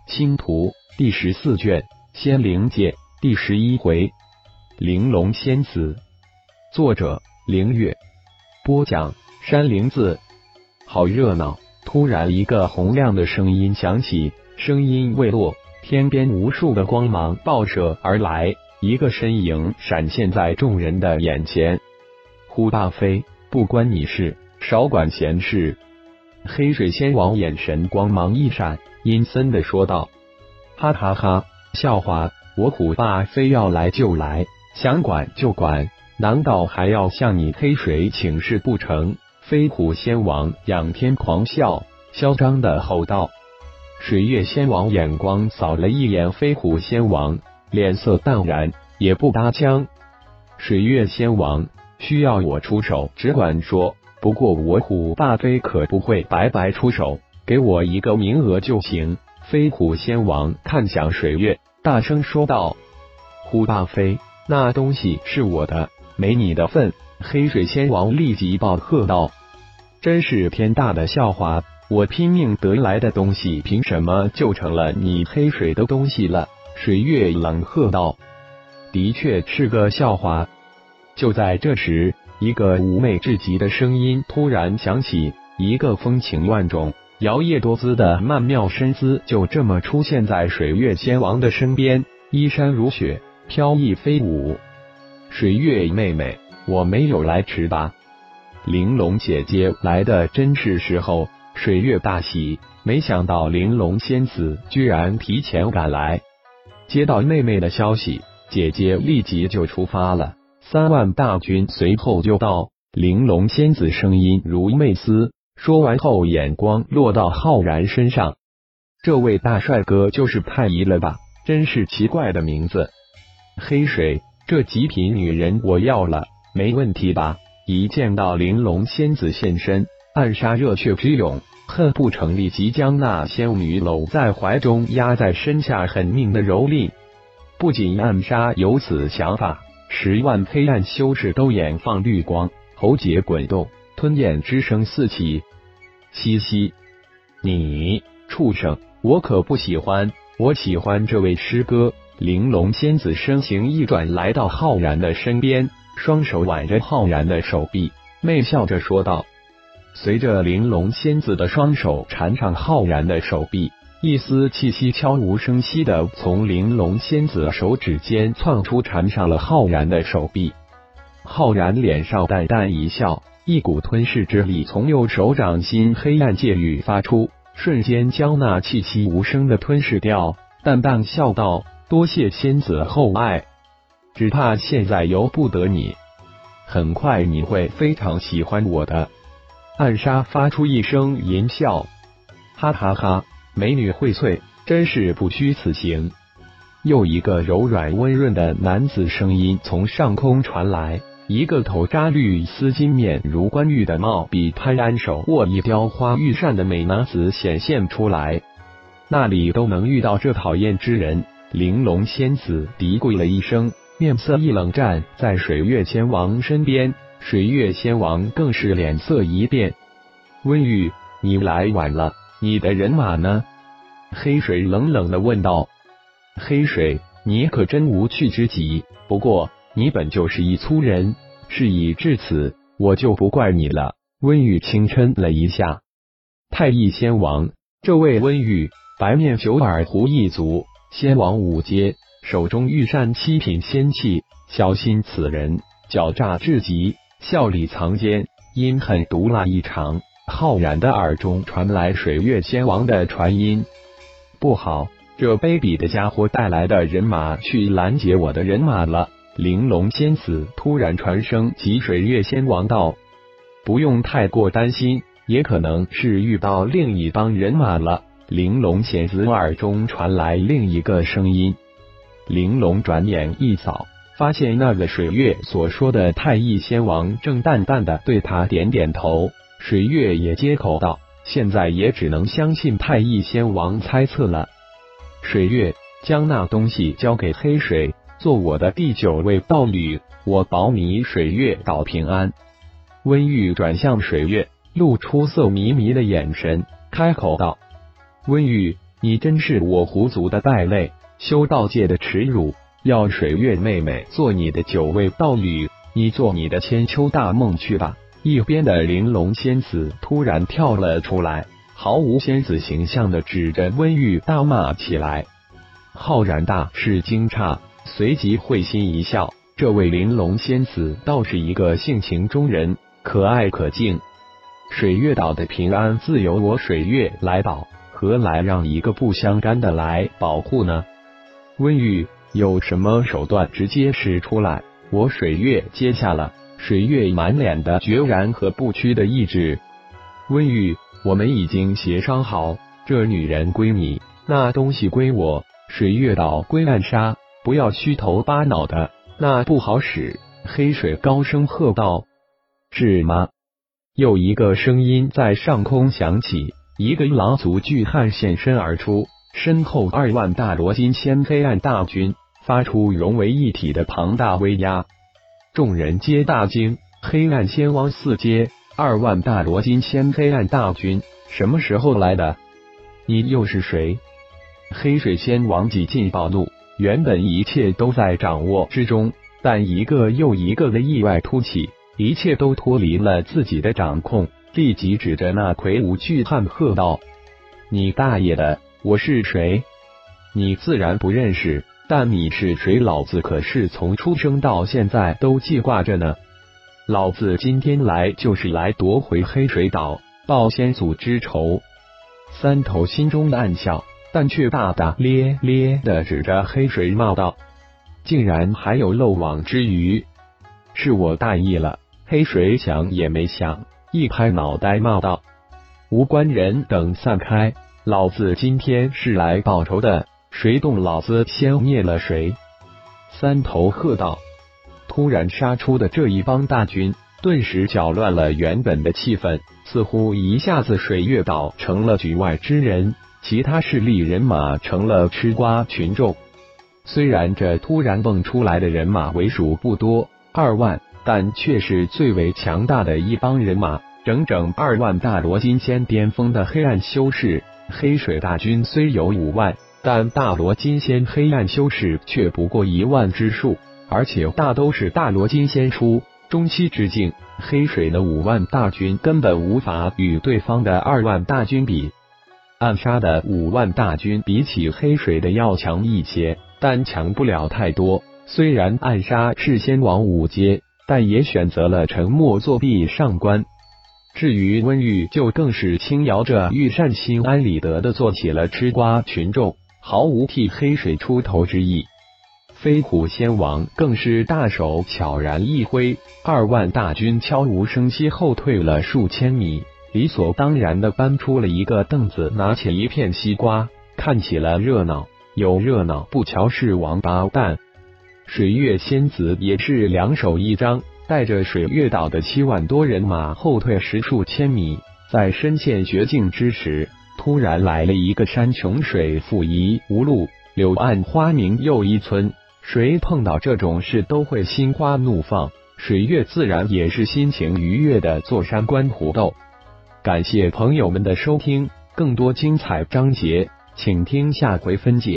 星图》第14卷，仙灵界第11回，玲珑仙子。作者：凌月。播讲：山灵子。好热闹！突然，一个洪亮的声音响起，声音未落，天边无数的光芒爆射而来，一个身影闪现在众人的眼前。呼大飞，不关你事，少管闲事。黑水仙王眼神光芒一闪，阴森地说道：哈哈哈，笑话，我虎霸非要来就来，想管就管，难道还要向你黑水请示不成？飞虎仙王仰天狂笑，嚣张地吼道。水月仙王眼光扫了一眼飞虎仙王，脸色淡然，也不搭腔。水月仙王，需要我出手只管说，不过我虎霸飞可不会白白出手，给我一个名额就行。飞虎仙王看向水月，大声说道：虎霸飞，那东西是我的，没你的份。黑水仙王立即暴喝道：真是天大的笑话，我拼命得来的东西凭什么就成了你黑水的东西了？水月冷喝道：的确是个笑话。就在这时，一个妩媚至极的声音突然响起，一个风情万种、摇曳多姿的曼妙身姿就这么出现在水月仙王的身边，衣衫如雪，飘逸飞舞。水月妹妹，我没有来迟吧？玲珑姐姐来的真是时候。水月大喜，没想到玲珑仙子居然提前赶来。接到妹妹的消息，姐姐立即就出发了。3万大军随后就到。玲珑仙子声音如媚丝，说完后眼光落到浩然身上。这位大帅哥就是太医了吧？真是奇怪的名字。黑水，这极品女人我要了，没问题吧？一见到玲珑仙子现身，暗杀热血之勇，恨不成立即将那仙女搂在怀中，压在身下狠命的蹂躏。不仅暗杀有此想法，10万黑暗修士都眼放绿光，喉结滚动，吞咽之声四起。嘻嘻，你畜生，我可不喜欢，我喜欢这位师哥。玲珑仙子身形一转，来到浩然的身边，双手挽着浩然的手臂，媚笑着说道。随着玲珑仙子的双手缠上浩然的手臂，一丝气息悄无声息地从玲珑仙子手指间窜出，缠上了浩然的手臂。浩然脸上淡淡一笑，一股吞噬之力从右手掌心黑暗界域发出，瞬间将那气息无声地吞噬掉，淡淡笑道：多谢仙子厚爱，只怕现在由不得你，很快你会非常喜欢我的。暗杀发出一声淫笑，哈哈哈，美女荟萃，真是不虚此行。又一个柔软温润的男子声音从上空传来，一个头扎绿丝巾、面如冠玉的貌比潘安手握一雕花玉扇的美男子显现出来。那里都能遇到这讨厌之人。玲珑仙子嘀咕了一声，面色一冷，站在水月仙王身边。水月仙王更是脸色一变。温玉，你来晚了，你的人马呢？黑水冷冷地问道。黑水，你可真无趣之极，不过你本就是一粗人，事已至此，我就不怪你了。温玉轻嗔了一下。太乙仙王，这位温玉，白面九耳狐一族，仙王5阶，手中玉扇7品仙器，小心此人，狡诈至极，笑里藏奸，阴狠毒辣异常。浩然的耳中传来水月仙王的传音：不好，这卑鄙的家伙带来的人马去拦截我的人马了。玲珑仙子突然传声及水月仙王道：不用太过担心，也可能是遇到另一帮人马了。玲珑仙子耳中传来另一个声音。玲珑转眼一扫，发现那个水月所说的太乙仙王正淡淡的对他点点头。水月也接口道：现在也只能相信太乙仙王猜测了。水月，将那东西交给黑水，做我的第9位道侣，我保你水月岛平安。温玉转向水月，露出色迷迷的眼神，开口道：温玉， 你真是我狐族的败类，修道界的耻辱！要水月妹妹做你的9位道侣，你做你的千秋大梦去吧。一边的玲珑仙子突然跳了出来，毫无仙子形象的指着温玉大骂起来。浩然大是惊诧，随即会心一笑，这位玲珑仙子倒是一个性情中人，可爱可敬。水月岛的平安自有我水月来保，何来让一个不相干的来保护呢？温玉有什么手段直接使出来，我水月接下了。水月满脸的决然和不屈的意志。温玉，我们已经协商好，这女人归你，那东西归我，水月岛归暗杀，不要虚头巴脑的，那不好使。黑水高声喝道。是吗？又一个声音在上空响起，一个狼族巨汉现身而出，身后2万大罗金仙黑暗大军发出融为一体的庞大威压。众人皆大惊，黑暗仙王4阶，2万大罗金仙黑暗大军什么时候来的？你又是谁？黑水仙王几近暴怒，原本一切都在掌握之中，但一个又一个的意外突起，一切都脱离了自己的掌控，立即指着那魁梧巨汉喝道：你大爷的，我是谁？你自然不认识，但你是谁？老子可是从出生到现在都记挂着呢。老子今天来就是来夺回黑水岛，报先祖之仇。三头心中暗笑，但却大大咧咧地指着黑水骂道：竟然还有漏网之鱼！是我大意了。黑水想也没想，一拍脑袋骂道：无关人等散开，老子今天是来报仇的，谁动老子先灭了谁！三头喝道。突然杀出的这一帮大军顿时搅乱了原本的气氛，似乎一下子水月岛成了局外之人，其他势力人马成了吃瓜群众。虽然这突然蹦出来的人马为数不多2万，但却是最为强大的一帮人马，整整2万大罗金仙巅峰的黑暗修士。黑水大军虽有5万，但大罗金仙黑暗修士却不过1万之数，而且大都是大罗金仙出中期之境。黑水的5万大军根本无法与对方的2万大军比。暗杀的5万大军比起黑水的要强一些，但强不了太多。虽然暗杀是仙王5阶，但也选择了沉默作弊上关。至于温玉，就更是轻摇着玉扇，心安理得地做起了吃瓜群众，毫无替黑水出头之意。飞虎仙王更是大手悄然一挥，2万大军悄无声息后退了数千米，理所当然地搬出了一个凳子，拿起一片西瓜，看起了热闹。有热闹不瞧是王八蛋。水月仙子也是两手一张，带着水月岛的7万多人马后退10数千米，在身陷绝境之时，突然来了一个山穷水复疑无路，柳暗花明又一村。谁碰到这种事都会心花怒放，水月自然也是心情愉悦的坐山观虎斗。感谢朋友们的收听，更多精彩章节，请听下回分解。